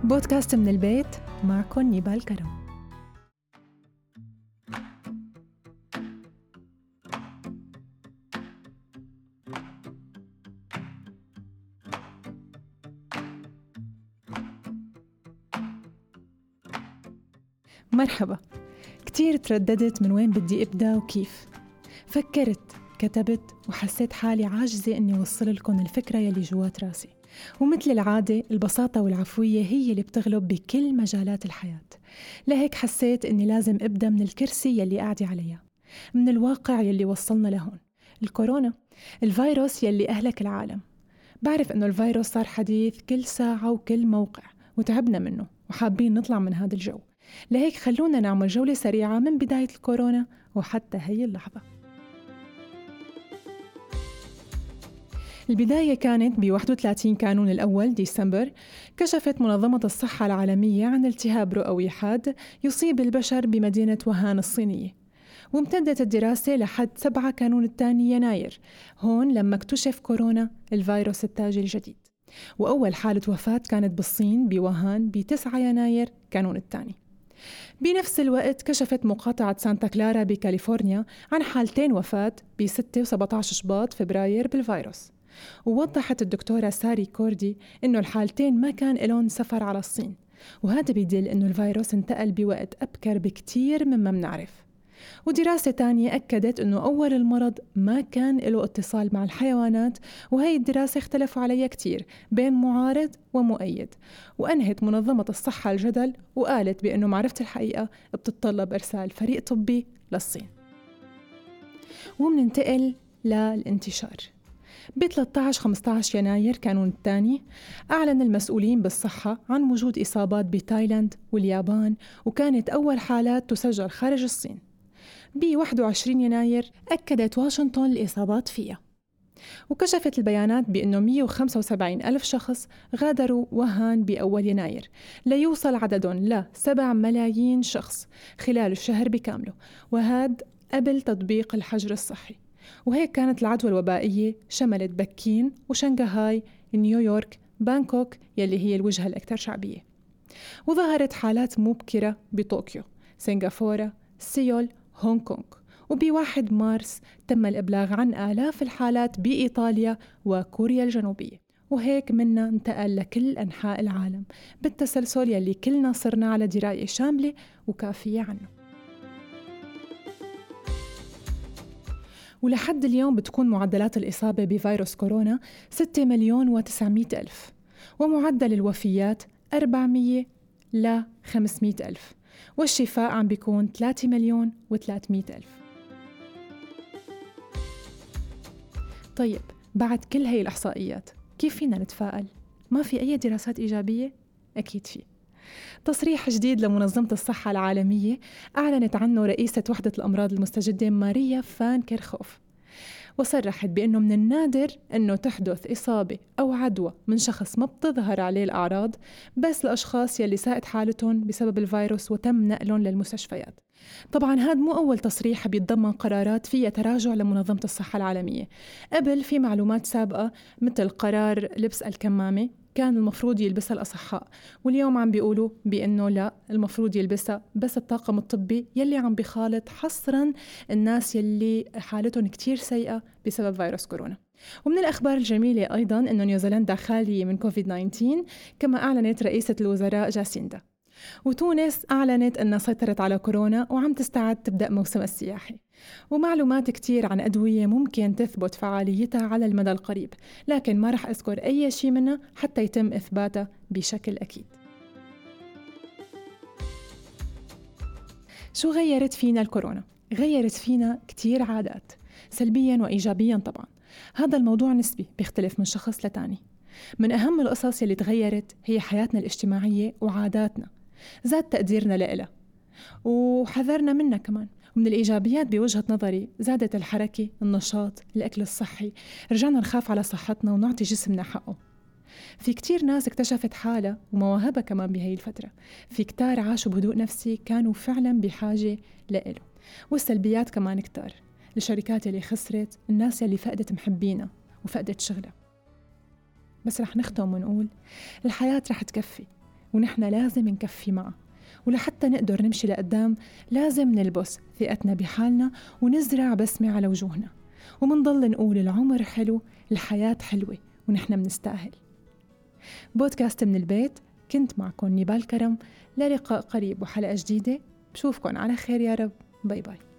بودكاست من البيت، معكم نيبال كرم. مرحبا. كتير ترددت من وين بدي أبدأ وكيف. فكرت، كتبت، وحسيت حالي عاجزة إني أوصل لكم الفكرة يلي جوات راسي. ومثل العادة البساطة والعفوية هي اللي بتغلب بكل مجالات الحياة. لهيك حسيت إني لازم أبدأ من الكرسي يلي قاعدة عليها، من الواقع يلي وصلنا لهون. الكورونا، الفيروس يلي أهلك العالم. بعرف إنه الفيروس صار حديث كل ساعة وكل موقع، وتعبنا منه وحابين نطلع من هذا الجو. لهيك خلونا نعمل جولة سريعة من بداية الكورونا وحتى هي اللحظة. البداية كانت ب 31 كانون الأول ديسمبر. كشفت منظمة الصحة العالمية عن التهاب رئوي حاد يصيب البشر بمدينة ووهان الصينية، وامتدت الدراسة لحد 7 كانون الثاني يناير، هون لما اكتشف كورونا الفيروس التاجي الجديد. وأول حالة وفاة كانت بالصين بووهان ب 9 يناير كانون الثاني. بنفس الوقت كشفت مقاطعة سانتا كلارا بكاليفورنيا عن حالتين وفاة ب 6 و 17 شباط فبراير بالفيروس. ووضحت الدكتورة ساري كوردي إنه الحالتين ما كان لهم سفر على الصين، وهذا بيدل إنه الفيروس انتقل بوقت أبكر بكتير مما منعرف. ودراسة تانية أكدت إنه أول المرض ما كان له اتصال مع الحيوانات، وهي الدراسة اختلفوا عليها كتير بين معارض ومؤيد. وأنهت منظمة الصحة الجدل وقالت بأنه معرفة الحقيقة بتتطلب إرسال فريق طبي للصين. ومننتقل للانتشار. ب 13-15 يناير كانون الثاني أعلن المسؤولين بالصحة عن وجود إصابات بتايلاند واليابان، وكانت أول حالات تسجل خارج الصين. ب 21 يناير أكدت واشنطن الإصابات فيها، وكشفت البيانات بأنه 175 ألف شخص غادروا ووهان بأول يناير، ليوصل عددهم ل 7 ملايين شخص خلال الشهر بكامله، وهذا قبل تطبيق الحجر الصحي. وهيك كانت العدوى الوبائية شملت بكين وشنغهاي، نيويورك، بانكوك يلي هي الوجهة الأكثر شعبية. وظهرت حالات مبكرة بطوكيو، سنغافورة، سيول، هونغ كونغ. وب1 مارس تم الإبلاغ عن آلاف الحالات بإيطاليا وكوريا الجنوبية. وهيك منا انتقل لكل أنحاء العالم بالتسلسل يلي كلنا صرنا على دراية شاملة وكافية عنه. ولحد اليوم بتكون معدلات الإصابة بفيروس كورونا 6 مليون و900 ألف، ومعدل الوفيات 400 ل 500 ألف، والشفاء عم بيكون 3 مليون و300 ألف. طيب، بعد كل هاي الإحصائيات كيف فينا نتفائل؟ ما في أي دراسات إيجابية؟ أكيد في. تصريح جديد لمنظمة الصحة العالمية أعلنت عنه رئيسة وحدة الأمراض المستجدة ماريا فان كيرخوف، وصرحت بأنه من النادر أنه تحدث إصابة أو عدوى من شخص ما بتظهر عليه الأعراض، بس لأشخاص يلي ساءت حالتهم بسبب الفيروس وتم نقلهم للمستشفيات. طبعاً هذا مو أول تصريح بيتضمن قرارات فيها تراجع لمنظمة الصحة العالمية. قبل في معلومات سابقة مثل قرار لبس الكمامة كان المفروض يلبسها الأصحاء، واليوم عم بيقولوا بأنه لا، المفروض يلبسها بس الطاقم الطبي يلي عم بيخالط حصراً الناس يلي حالتهم كتير سيئة بسبب فيروس كورونا. ومن الأخبار الجميلة أيضاً أنه نيوزيلندا خالية من كوفيد-19 كما أعلنت رئيسة الوزراء جاسيندا. وتونس أعلنت أنها سيطرت على كورونا وعم تستعد تبدأ موسم السياحي. ومعلومات كتير عن أدوية ممكن تثبت فعاليتها على المدى القريب، لكن ما رح أذكر أي شيء منها حتى يتم إثباتها بشكل أكيد. شو غيرت فينا الكورونا؟ غيرت فينا كتير عادات، سلبياً وإيجابياً طبعاً. هذا الموضوع نسبي، بيختلف من شخص لتاني. من أهم القصص يلي تغيرت هي حياتنا الاجتماعية وعاداتنا، زاد تقديرنا لإلها وحذرنا منها كمان. ومن الإيجابيات بوجهة نظري زادت الحركة، النشاط، الأكل الصحي، رجعنا نخاف على صحتنا ونعطي جسمنا حقه. في كتير ناس اكتشفت حالة ومواهبها كمان بهاي الفترة، في كتار عاشوا بهدوء نفسي كانوا فعلا بحاجة لإله. والسلبيات كمان كتار، الشركات اللي خسرت، الناس اللي فقدت محبينا وفقدت شغلها. بس رح نختم ونقول الحياة رح تكفي، ونحن لازم نكفي معه. ولحتى نقدر نمشي لقدام لازم نلبس ثقتنا بحالنا ونزرع بسمة على وجوهنا، ومنضل نقول العمر حلو، الحياة حلوة، ونحن منستاهل. بودكاست من البيت، كنت معكم نيبال كرم، للقاء قريب وحلقة جديدة. بشوفكن على خير يا رب. باي باي.